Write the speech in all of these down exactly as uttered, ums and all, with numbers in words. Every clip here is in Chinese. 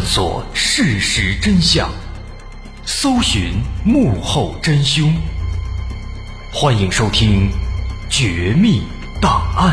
索事实真相，搜寻幕后真凶。欢迎收听《绝密档案》。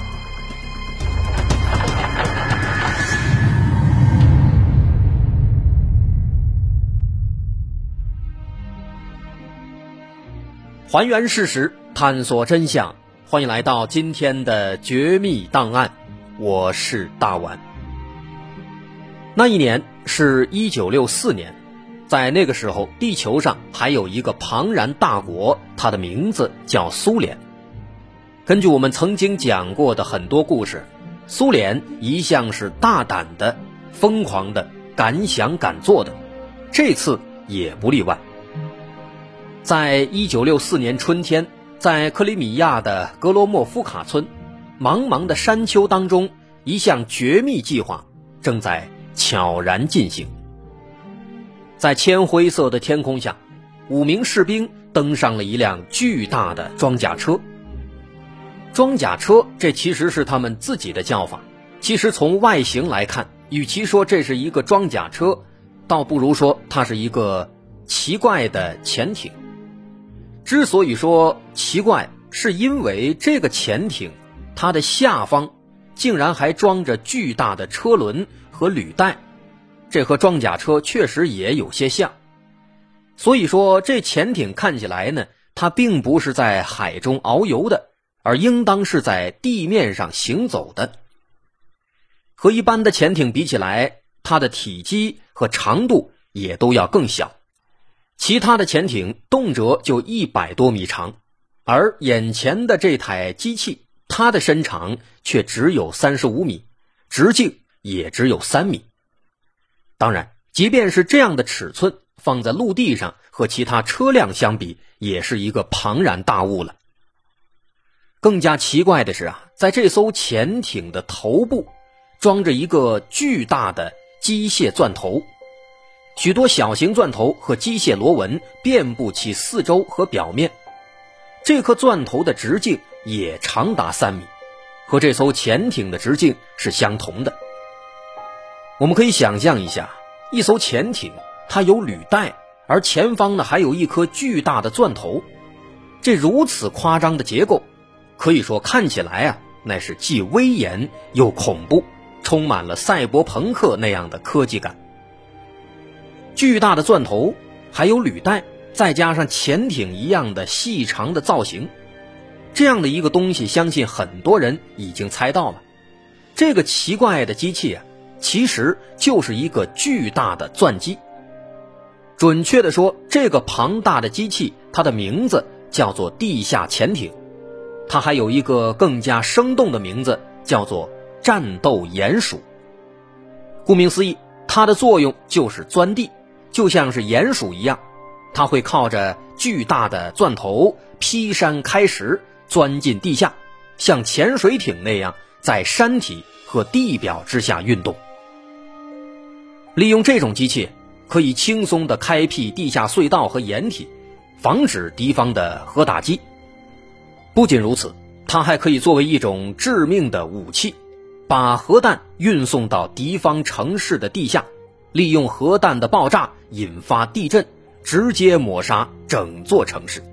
还原事实，探索真相，欢迎来到今天的绝密档案，我是大碗。那一年是一九六四年，在那个时候，地球上还有一个庞然大国，它的名字叫苏联。根据我们曾经讲过的很多故事，苏联一向是大胆的、疯狂的、敢想敢做的，这次也不例外。在一九六四年春天，在克里米亚的格罗莫夫卡村，茫茫的山丘当中，一项绝密计划正在悄然进行。在铅灰色的天空下，五名士兵登上了一辆巨大的装甲车。装甲车，这其实是他们自己的叫法，其实从外形来看，与其说这是一个装甲车，倒不如说它是一个奇怪的潜艇。之所以说奇怪，是因为这个潜艇它的下方竟然还装着巨大的车轮和履带，这和装甲车确实也有些像。所以说这潜艇看起来呢，它并不是在海中遨游的，而应当是在地面上行走的。和一般的潜艇比起来，它的体积和长度也都要更小。其他的潜艇动辄就一百多米长，而眼前的这台机器，它的身长却只有三十五米，直径也只有三米。当然，即便是这样的尺寸，放在陆地上和其他车辆相比，也是一个庞然大物了。更加奇怪的是啊，在这艘潜艇的头部装着一个巨大的机械钻头，许多小型钻头和机械螺纹遍布其四周和表面。这颗钻头的直径也长达三米，和这艘潜艇的直径是相同的。我们可以想象一下，一艘潜艇它有履带，而前方呢还有一颗巨大的钻头，这如此夸张的结构，可以说看起来啊，那是既威严又恐怖，充满了赛博朋克那样的科技感。巨大的钻头，还有履带，再加上潜艇一样的细长的造型，这样的一个东西，相信很多人已经猜到了。这个奇怪的机器啊，其实就是一个巨大的钻机。准确的说，这个庞大的机器，它的名字叫做地下潜艇，它还有一个更加生动的名字，叫做战斗鼹鼠。顾名思义，它的作用就是钻地，就像是鼹鼠一样，它会靠着巨大的钻头劈山开石，钻进地下，像潜水艇那样在山体和地表之下运动。利用这种机器，可以轻松地开辟地下隧道和掩体，防止敌方的核打击。不仅如此，它还可以作为一种致命的武器，把核弹运送到敌方城市的地下，利用核弹的爆炸引发地震，直接抹杀整座城市。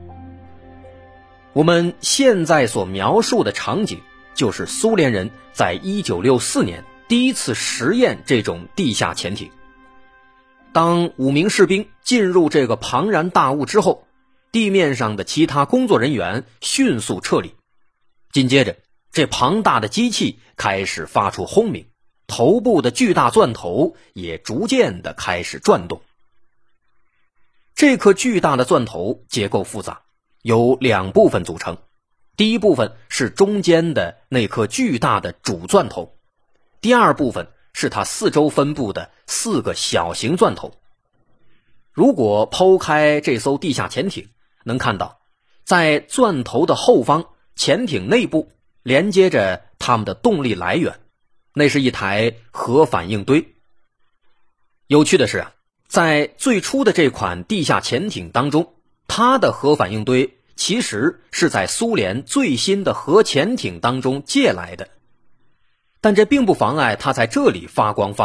我们现在所描述的场景，就是苏联人在一九六四年第一次实验这种地下潜艇。当五名士兵进入这个庞然大物之后，地面上的其他工作人员迅速撤离。紧接着，这庞大的机器开始发出轰鸣，头部的巨大钻头也逐渐地开始转动。这颗巨大的钻头结构复杂，由两部分组成。第一部分是中间的那颗巨大的主钻头，第二部分是它四周分布的四个小型钻头。如果剖开这艘地下潜艇，能看到在钻头的后方，潜艇内部连接着它们的动力来源，那是一台核反应堆。有趣的是啊，在最初的这款地下潜艇当中，它的核反应堆其实是在苏联最新的核潜艇当中借来的，但这并不妨碍它在这里发光发热，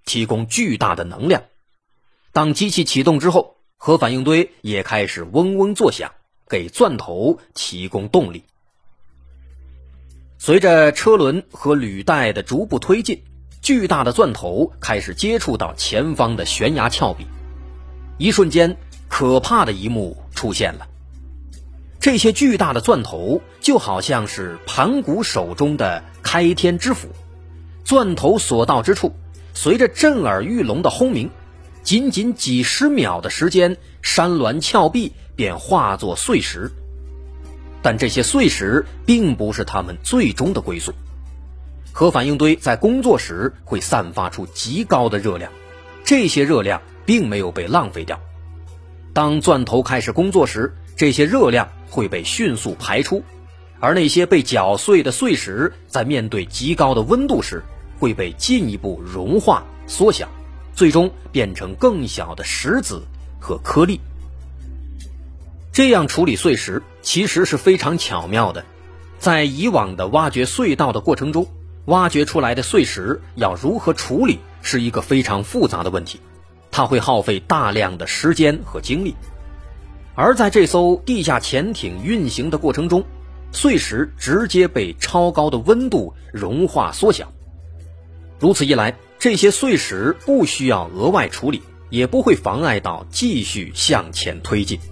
提供巨大的能量。当机器启动之后，核反应堆也开始嗡嗡作响，给钻头提供动力。随着车轮和履带的逐步推进，巨大的钻头开始接触到前方的悬崖峭壁。一瞬间，可怕的一幕出现了。这些巨大的钻头就好像是盘古手中的开天之斧，钻头所到之处，随着震耳欲聋的轰鸣，仅仅几十秒的时间，山峦峭壁便化作碎石。但这些碎石并不是他们最终的归宿。核反应堆在工作时会散发出极高的热量，这些热量并没有被浪费掉。当钻头开始工作时，这些热量会被迅速排出，而那些被搅碎的碎石在面对极高的温度时，会被进一步融化缩小，最终变成更小的石子和颗粒。这样处理碎石其实是非常巧妙的。在以往的挖掘隧道的过程中，挖掘出来的碎石要如何处理是一个非常复杂的问题，它会耗费大量的时间和精力。而在这艘地下潜艇运行的过程中，碎石直接被超高的温度融化缩小。如此一来，这些碎石不需要额外处理，也不会妨碍到继续向前推进。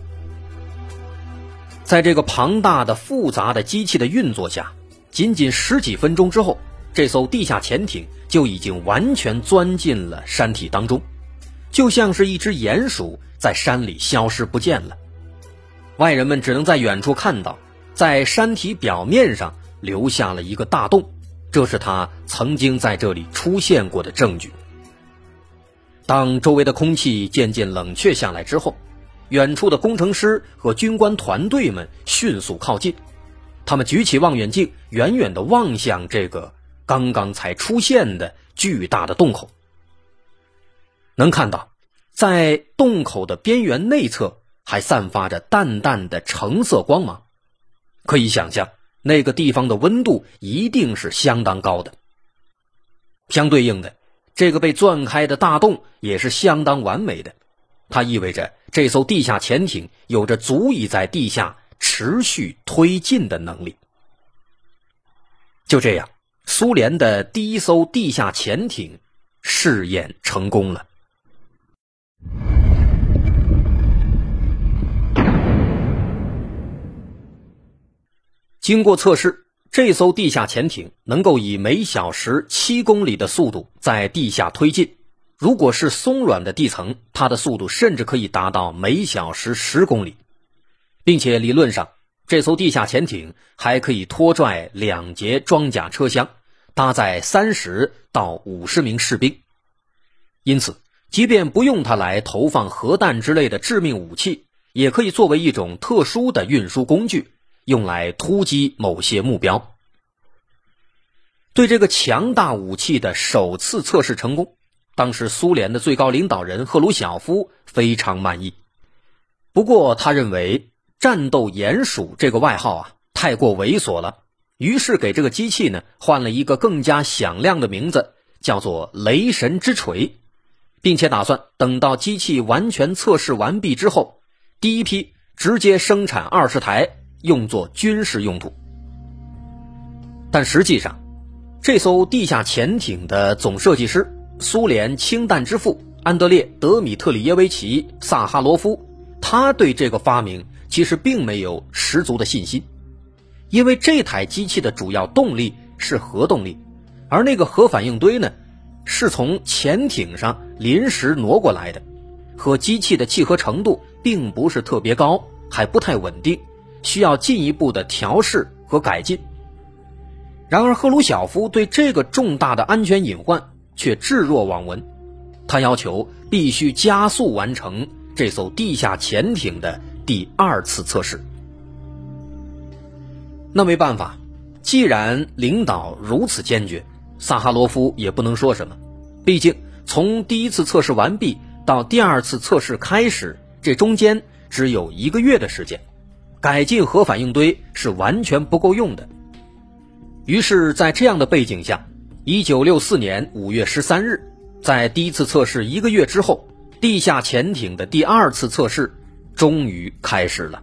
在这个庞大的复杂的机器的运作下，仅仅十几分钟之后，这艘地下潜艇就已经完全钻进了山体当中，就像是一只鼹鼠在山里消失不见了。外人们只能在远处看到，在山体表面上留下了一个大洞，这是它曾经在这里出现过的证据。当周围的空气渐渐冷却下来之后，远处的工程师和军官团队们迅速靠近，他们举起望远镜，远远地望向这个刚刚才出现的巨大的洞口。能看到，在洞口的边缘内侧还散发着淡淡的橙色光芒，可以想象那个地方的温度一定是相当高的。相对应的，这个被钻开的大洞也是相当完美的，它意味着这艘地下潜艇有着足以在地下持续推进的能力。就这样，苏联的第一艘地下潜艇试验成功了。经过测试，这艘地下潜艇能够以每小时七公里的速度在地下推进，如果是松软的地层，它的速度甚至可以达到每小时十公里，并且理论上，这艘地下潜艇还可以拖拽两节装甲车厢，搭载三十到五十名士兵。因此，即便不用它来投放核弹之类的致命武器，也可以作为一种特殊的运输工具，用来突击某些目标。对这个强大武器的首次测试成功，当时苏联的最高领导人赫鲁晓夫非常满意。不过他认为战斗鼹鼠这个外号啊太过猥琐了，于是给这个机器呢换了一个更加响亮的名字，叫做雷神之锤，并且打算等到机器完全测试完毕之后，第一批直接生产二十台，用作军事用途。但实际上，这艘地下潜艇的总设计师，苏联氢弹之父安德烈·德米特里耶维奇·萨哈罗夫，他对这个发明其实并没有十足的信心，因为这台机器的主要动力是核动力，而那个核反应堆呢，是从潜艇上临时挪过来的，和机器的契合程度并不是特别高，还不太稳定，需要进一步的调试和改进。然而赫鲁晓夫对这个重大的安全隐患却置若罔闻，他要求必须加速完成这艘地下潜艇的第二次测试。那没办法，既然领导如此坚决，萨哈罗夫也不能说什么，毕竟从第一次测试完毕到第二次测试开始，这中间只有一个月的时间，改进核反应堆是完全不够用的。于是在这样的背景下，一九六四年五月十三日， 在第一次测试一个月之后，地下潜艇的第二次测试终于开始了。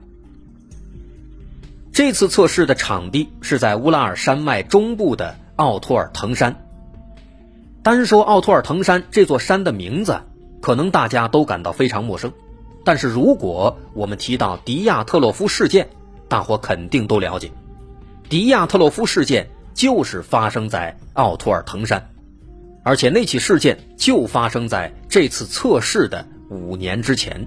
这次测试的场地是在乌拉尔山脉中部的奥托尔滕山。单说奥托尔滕山这座山的名字，可能大家都感到非常陌生，但是如果我们提到迪亚特洛夫事件，大伙肯定都了解。迪亚特洛夫事件就是发生在奥托尔滕山，而且那起事件就发生在这次测试的五年之前。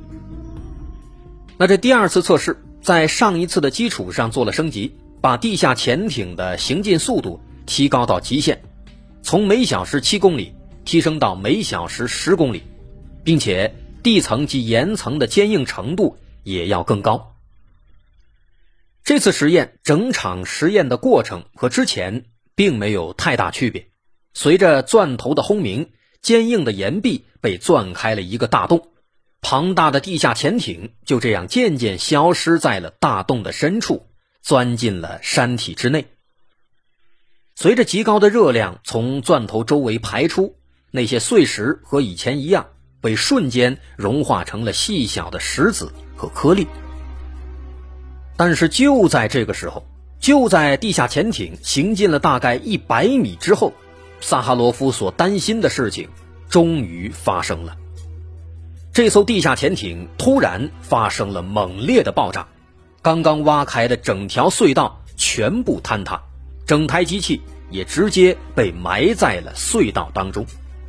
那这第二次测试在上一次的基础上做了升级，把地下潜艇的行进速度提高到极限，从每小时七公里提升到每小时十公里，并且地层及岩层的坚硬程度也要更高。这次实验整场实验的过程和之前并没有太大区别，随着钻头的轰鸣，坚硬的岩壁被钻开了一个大洞，庞大的地下潜艇就这样渐渐消失在了大洞的深处，钻进了山体之内。随着极高的热量从钻头周围排出，那些碎石和以前一样被瞬间融化成了细小的石子和颗粒。但是就在这个时候，就在地下潜艇行进了大概一百米之后，萨哈罗夫所担心的事情终于发生了。这艘地下潜艇突然发生了猛烈的爆炸，刚刚挖开的整条隧道全部坍塌，整台机器也直接被埋在了隧道当中。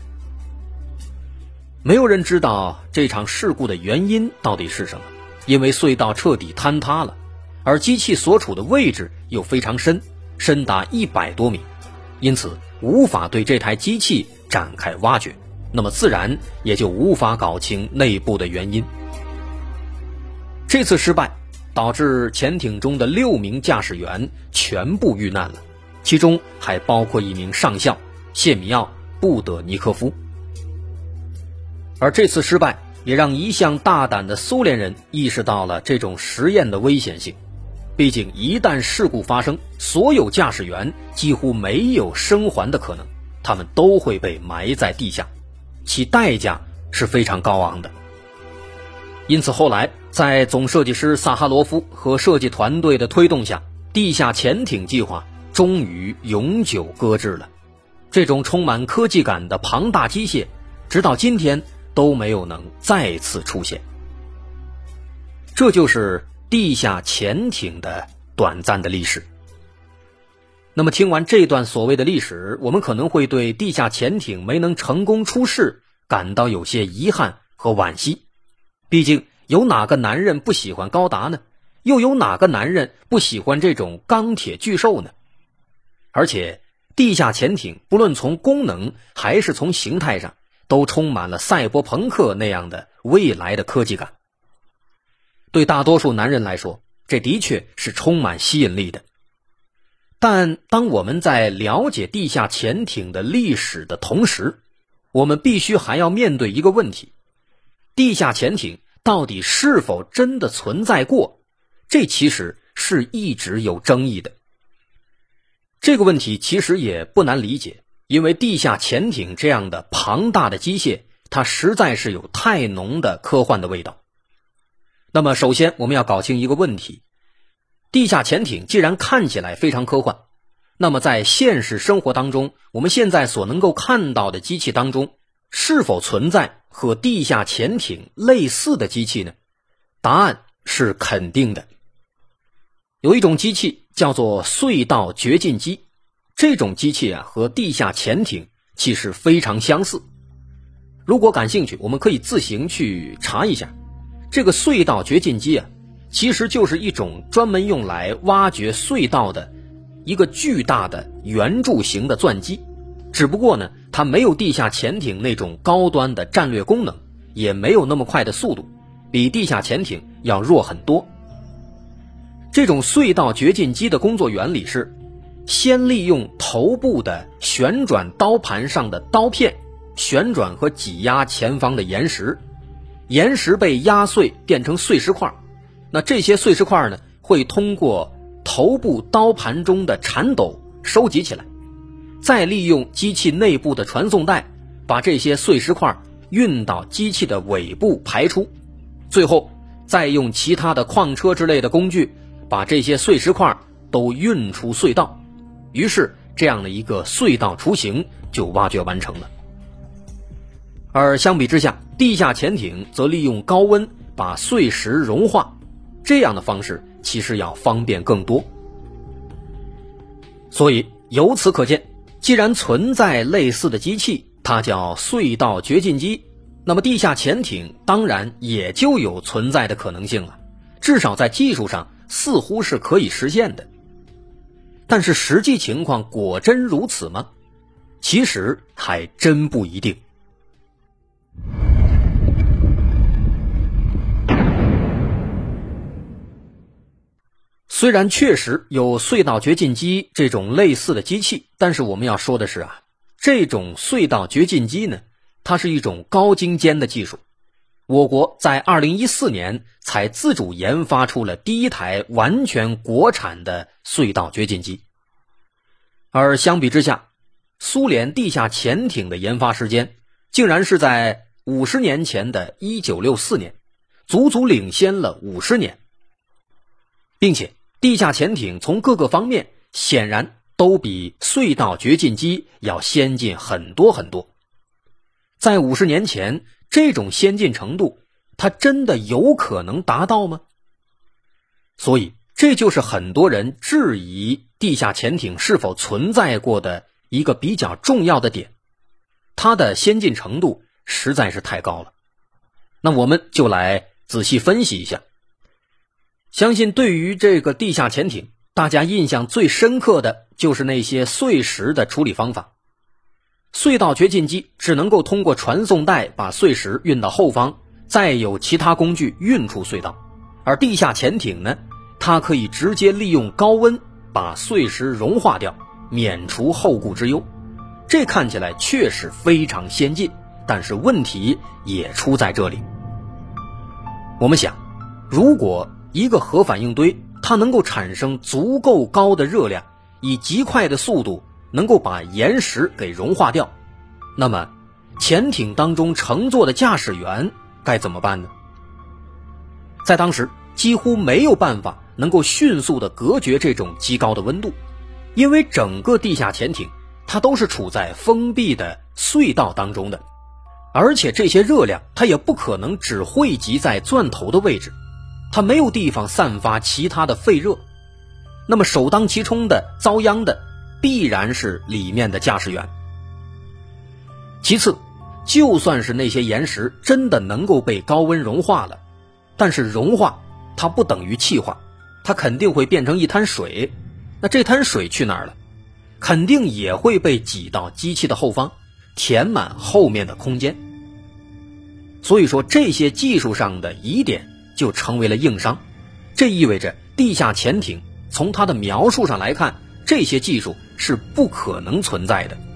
没有人知道这场事故的原因到底是什么，因为隧道彻底坍塌了，而机器所处的位置又非常深，深达一百多米，因此无法对这台机器展开挖掘，那么自然也就无法搞清内部的原因。这次失败导致潜艇中的六名驾驶员全部遇难了，其中还包括一名上校谢米奥·布德尼科夫。而这次失败也让一向大胆的苏联人意识到了这种实验的危险性，毕竟一旦事故发生，所有驾驶员几乎没有生还的可能，他们都会被埋在地下，其代价是非常高昂的。因此后来在总设计师萨哈罗夫和设计团队的推动下，地下潜艇计划终于永久搁置了。这种充满科技感的庞大机械直到今天都没有能再次出现。这就是地下潜艇的短暂的历史。那么听完这段所谓的历史，我们可能会对地下潜艇没能成功出世感到有些遗憾和惋惜。毕竟有哪个男人不喜欢高达呢？又有哪个男人不喜欢这种钢铁巨兽呢？而且地下潜艇不论从功能还是从形态上，都充满了赛博朋克那样的未来的科技感。对大多数男人来说，这的确是充满吸引力的。但当我们在了解地下潜艇的历史的同时，我们必须还要面对一个问题：地下潜艇到底是否真的存在过？这其实是一直有争议的。这个问题其实也不难理解，因为地下潜艇这样的庞大的机械，它实在是有太浓的科幻的味道。那么首先我们要搞清一个问题，地下潜艇既然看起来非常科幻，那么在现实生活当中，我们现在所能够看到的机器当中，是否存在和地下潜艇类似的机器呢？答案是肯定的。有一种机器叫做隧道掘进机，这种机器啊和地下潜艇其实非常相似。如果感兴趣，我们可以自行去查一下。这个隧道掘进机啊，其实就是一种专门用来挖掘隧道的一个巨大的圆柱形的钻机，只不过呢，它没有地下潜艇那种高端的战略功能，也没有那么快的速度，比地下潜艇要弱很多。这种隧道掘进机的工作原理是，先利用头部的旋转刀盘上的刀片旋转和挤压前方的岩石，岩石被压碎变成碎石块，那这些碎石块呢，会通过头部刀盘中的铲斗收集起来，再利用机器内部的传送带把这些碎石块运到机器的尾部排出，最后再用其他的矿车之类的工具把这些碎石块都运出隧道，于是这样的一个隧道雏形就挖掘完成了。而相比之下，地下潜艇则利用高温把碎石融化，这样的方式其实要方便更多。所以由此可见，既然存在类似的机器，它叫隧道掘进机，那么地下潜艇当然也就有存在的可能性了，至少在技术上似乎是可以实现的。但是实际情况果真如此吗？其实还真不一定。虽然确实有隧道掘进机这种类似的机器，但是我们要说的是啊，这种隧道掘进机呢，它是一种高精尖的技术。我国在二零一四年才自主研发出了第一台完全国产的隧道掘进机。而相比之下，苏联地下潜艇的研发时间竟然是在五十年前的一九六四年，足足领先了五十年。并且地下潜艇从各个方面显然都比隧道掘进机要先进很多很多。在五十年前，这种先进程度，它真的有可能达到吗？所以这就是很多人质疑地下潜艇是否存在过的一个比较重要的点，它的先进程度实在是太高了。那我们就来仔细分析一下。相信对于这个地下潜艇，大家印象最深刻的就是那些碎石的处理方法。隧道掘进机只能够通过传送带把碎石运到后方，再有其他工具运出隧道。而地下潜艇呢，它可以直接利用高温把碎石融化掉，免除后顾之忧。这看起来确实非常先进，但是问题也出在这里。我们想，如果一个核反应堆它能够产生足够高的热量，以极快的速度能够把岩石给融化掉，那么潜艇当中乘坐的驾驶员该怎么办呢？在当时几乎没有办法能够迅速的隔绝这种极高的温度，因为整个地下潜艇它都是处在封闭的隧道当中的，而且这些热量它也不可能只汇集在钻头的位置，它没有地方散发其他的废热，那么首当其冲的遭殃的必然是里面的驾驶员。其次，就算是那些岩石真的能够被高温融化了，但是融化它不等于气化，它肯定会变成一滩水，那这滩水去哪儿了？肯定也会被挤到机器的后方，填满后面的空间。所以说这些技术上的疑点就成为了硬伤，这意味着地下潜艇从它的描述上来看，这些技术是不可能存在的。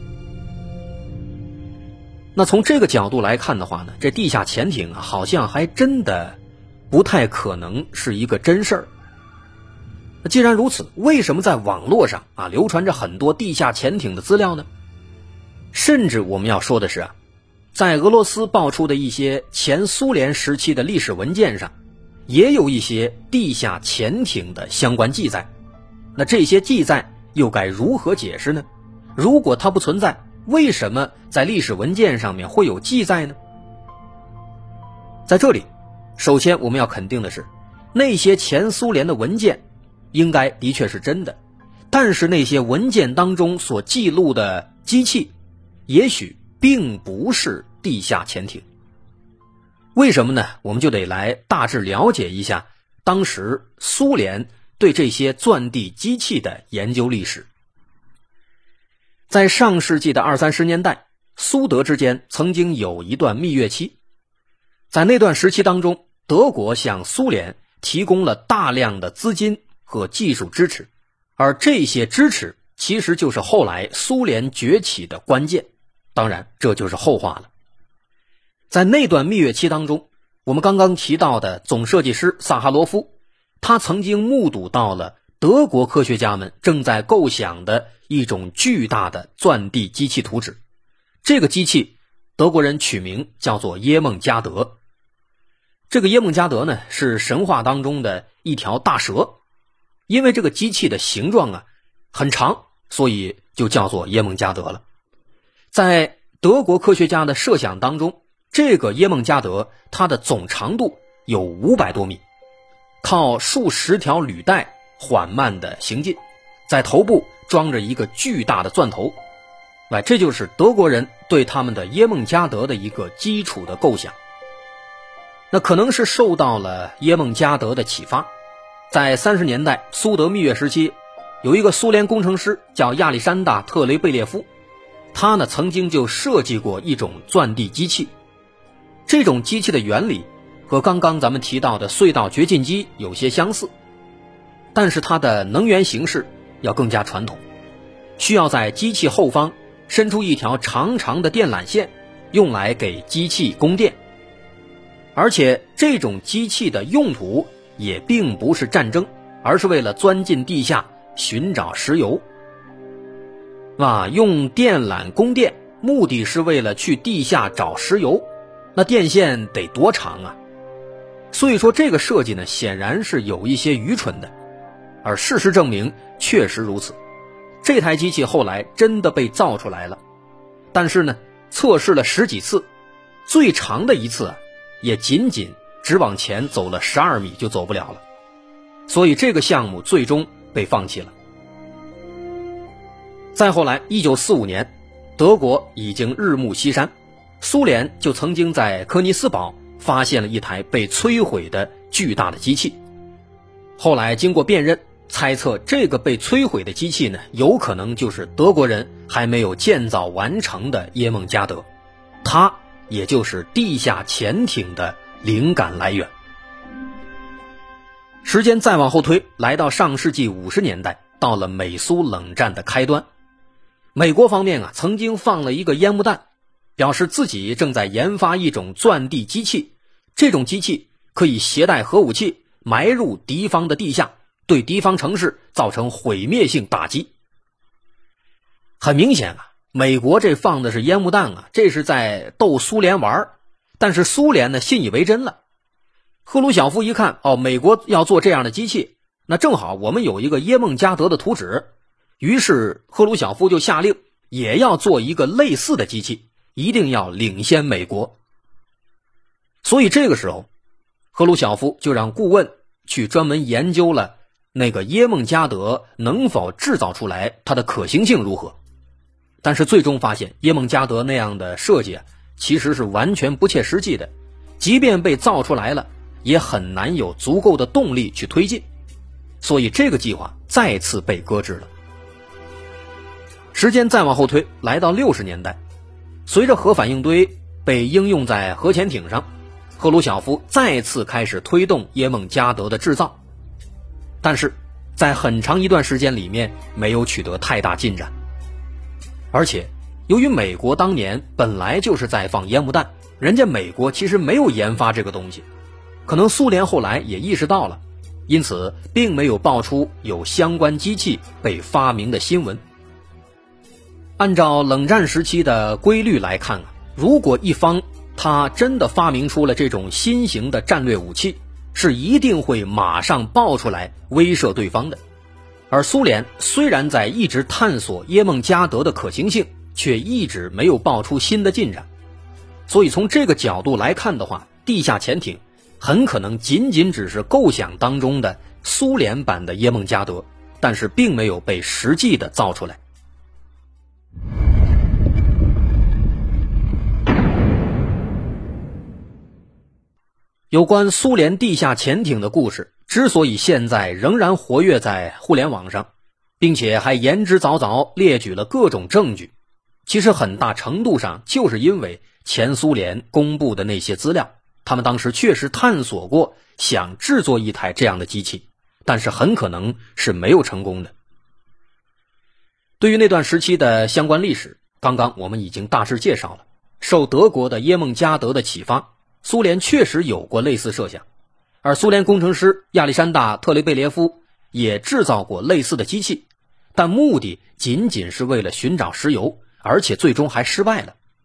那从这个角度来看的话呢，这地下潜艇啊，好像还真的不太可能是一个真事儿。那既然如此，为什么在网络上啊流传着很多地下潜艇的资料呢？甚至我们要说的是啊，在俄罗斯爆出的一些前苏联时期的历史文件上，也有一些地下潜艇的相关记载。那这些记载又该如何解释呢？如果它不存在，为什么在历史文件上面会有记载呢？在这里，首先我们要肯定的是，那些前苏联的文件应该的确是真的，但是那些文件当中所记录的机器也许并不是地下潜艇。为什么呢？我们就得来大致了解一下当时苏联对这些钻地机器的研究历史。在上世纪的二三十年代，苏德之间曾经有一段蜜月期。在那段时期当中，德国向苏联提供了大量的资金和技术支持，而这些支持其实就是后来苏联崛起的关键。当然，这就是后话了。在那段蜜月期当中，我们刚刚提到的总设计师萨哈罗夫，他曾经目睹到了德国科学家们正在构想的一种巨大的钻地机器图纸。 这个机器德国人取名叫做耶梦加德。这个耶梦加德呢，是神话当中的一条大蛇，因为这个机器的形状啊很长，所以就叫做耶梦加德了。在德国科学家的设想当中，这个耶梦加德它的总长度有五百多米，靠数十条履带缓慢的行进，在头部装着一个巨大的钻头。哎，这就是德国人对他们的耶梦加德的一个基础的构想。那可能是受到了耶梦加德的启发，在三十年代苏德蜜月时期，有一个苏联工程师叫亚历山大·特雷贝列夫，他呢曾经就设计过一种钻地机器。这种机器的原理和刚刚咱们提到的隧道掘进机有些相似，但是它的能源形式要更加传统，需要在机器后方伸出一条长长的电缆线，用来给机器供电。而且这种机器的用途也并不是战争，而是为了钻进地下寻找石油。啊，用电缆供电，目的是为了去地下找石油，那电线得多长啊？所以说这个设计呢，显然是有一些愚蠢的，而事实证明确实如此。这台机器后来真的被造出来了，但是呢，测试了十几次，最长的一次啊，也仅仅只往前走了十二米就走不了了，所以这个项目最终被放弃了。再后来一九四五年，德国已经日暮西山，苏联就曾经在科尼斯堡发现了一台被摧毁的巨大的机器。后来经过辨认，猜测这个被摧毁的机器呢，有可能就是德国人还没有建造完成的耶梦加德，它也就是地下潜艇的灵感来源。时间再往后推，来到上世纪五十年代，到了美苏冷战的开端。美国方面啊，曾经放了一个烟幕弹，表示自己正在研发一种钻地机器，这种机器可以携带核武器埋入敌方的地下，对敌方城市造成毁灭性打击。很明显啊，美国这放的是烟幕弹啊，这是在逗苏联玩，但是苏联呢信以为真了。赫鲁晓夫一看，哦，美国要做这样的机器，那正好我们有一个耶梦加德的图纸，于是赫鲁晓夫就下令也要做一个类似的机器，一定要领先美国。所以这个时候，赫鲁晓夫就让顾问去专门研究了那个耶梦加德能否制造出来，它的可行性如何。但是最终发现，耶梦加德那样的设计啊，其实是完全不切实际的，即便被造出来了，也很难有足够的动力去推进，所以这个计划再次被搁置了。时间再往后推，来到六十年代，随着核反应堆被应用在核潜艇上，赫鲁晓夫再次开始推动耶梦加德的制造，但是在很长一段时间里面没有取得太大进展。而且由于美国当年本来就是在放烟幕弹，人家美国其实没有研发这个东西，可能苏联后来也意识到了，因此并没有爆出有相关机器被发明的新闻。按照冷战时期的规律来看啊，如果一方他真的发明出了这种新型的战略武器，是一定会马上爆出来威慑对方的。而苏联虽然在一直探索耶梦加德的可行性，却一直没有爆出新的进展。所以从这个角度来看的话，地下潜艇很可能仅仅只是构想当中的苏联版的耶梦加德，但是并没有被实际的造出来。有关苏联地下潜艇的故事之所以现在仍然活跃在互联网上，并且还言之凿凿列举了各种证据，其实很大程度上就是因为前苏联公布的那些资料，他们当时确实探索过想制作一台这样的机器，但是很可能是没有成功的。对于那段时期的相关历史，刚刚我们已经大致介绍了。受德国的耶梦加德的启发，苏联确实有过类似设想，而苏联工程师亚历山大·特雷贝列夫也制造过类似的机器，但目的仅仅是为了寻找石油，而且最终还失败了，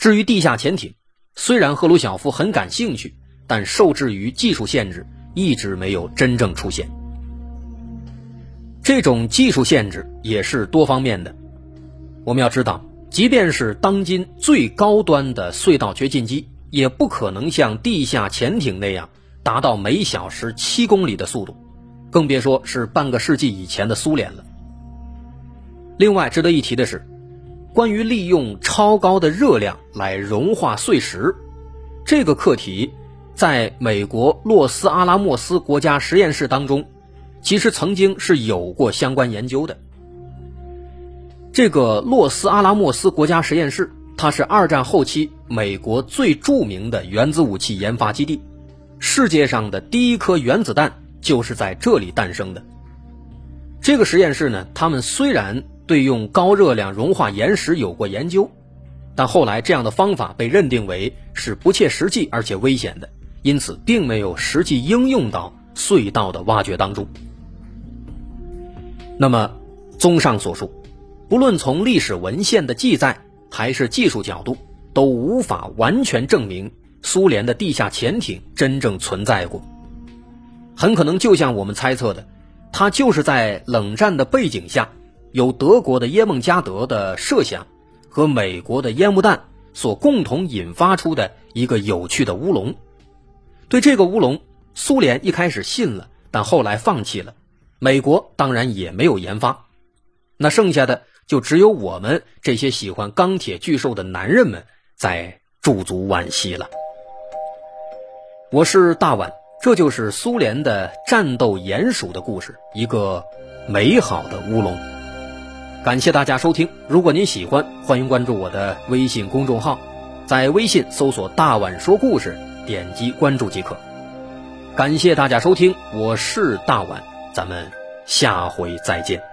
至于地下潜艇，虽然赫鲁晓夫很感兴趣，但受制于技术限制，一直没有真正出现。这种技术限制也是多方面的。我们要知道，即便是当今最高端的隧道掘进机，也不可能像地下潜艇那样达到每小时七公里的速度，更别说是半个世纪以前的苏联了。另外值得一提的是，关于利用超高的热量来融化碎石这个课题，在美国洛斯阿拉莫斯国家实验室当中，其实曾经是有过相关研究的。这个洛斯阿拉莫斯国家实验室，它是二战后期美国最著名的原子武器研发基地，世界上的第一颗原子弹就是在这里诞生的。这个实验室呢，他们虽然对用高热量融化岩石有过研究，但后来这样的方法被认定为是不切实际而且危险的，因此并没有实际应用到隧道的挖掘当中。那么综上所述，不论从历史文献的记载还是技术角度，都无法完全证明苏联的地下潜艇真正存在过。很可能就像我们猜测的，它就是在冷战的背景下，由德国的耶梦加德的设想和美国的烟幕弹所共同引发出的一个有趣的乌龙。对这个乌龙，苏联一开始信了，但后来放弃了，美国当然也没有研发。那剩下的就只有我们这些喜欢钢铁巨兽的男人们在驻足惋惜了。我是大碗，这就是苏联的战斗鼹鼠的故事，一个美好的乌龙。感谢大家收听，如果您喜欢，欢迎关注我的微信公众号，在微信搜索大碗说故事，点击关注即可。感谢大家收听，我是大碗，咱们下回再见。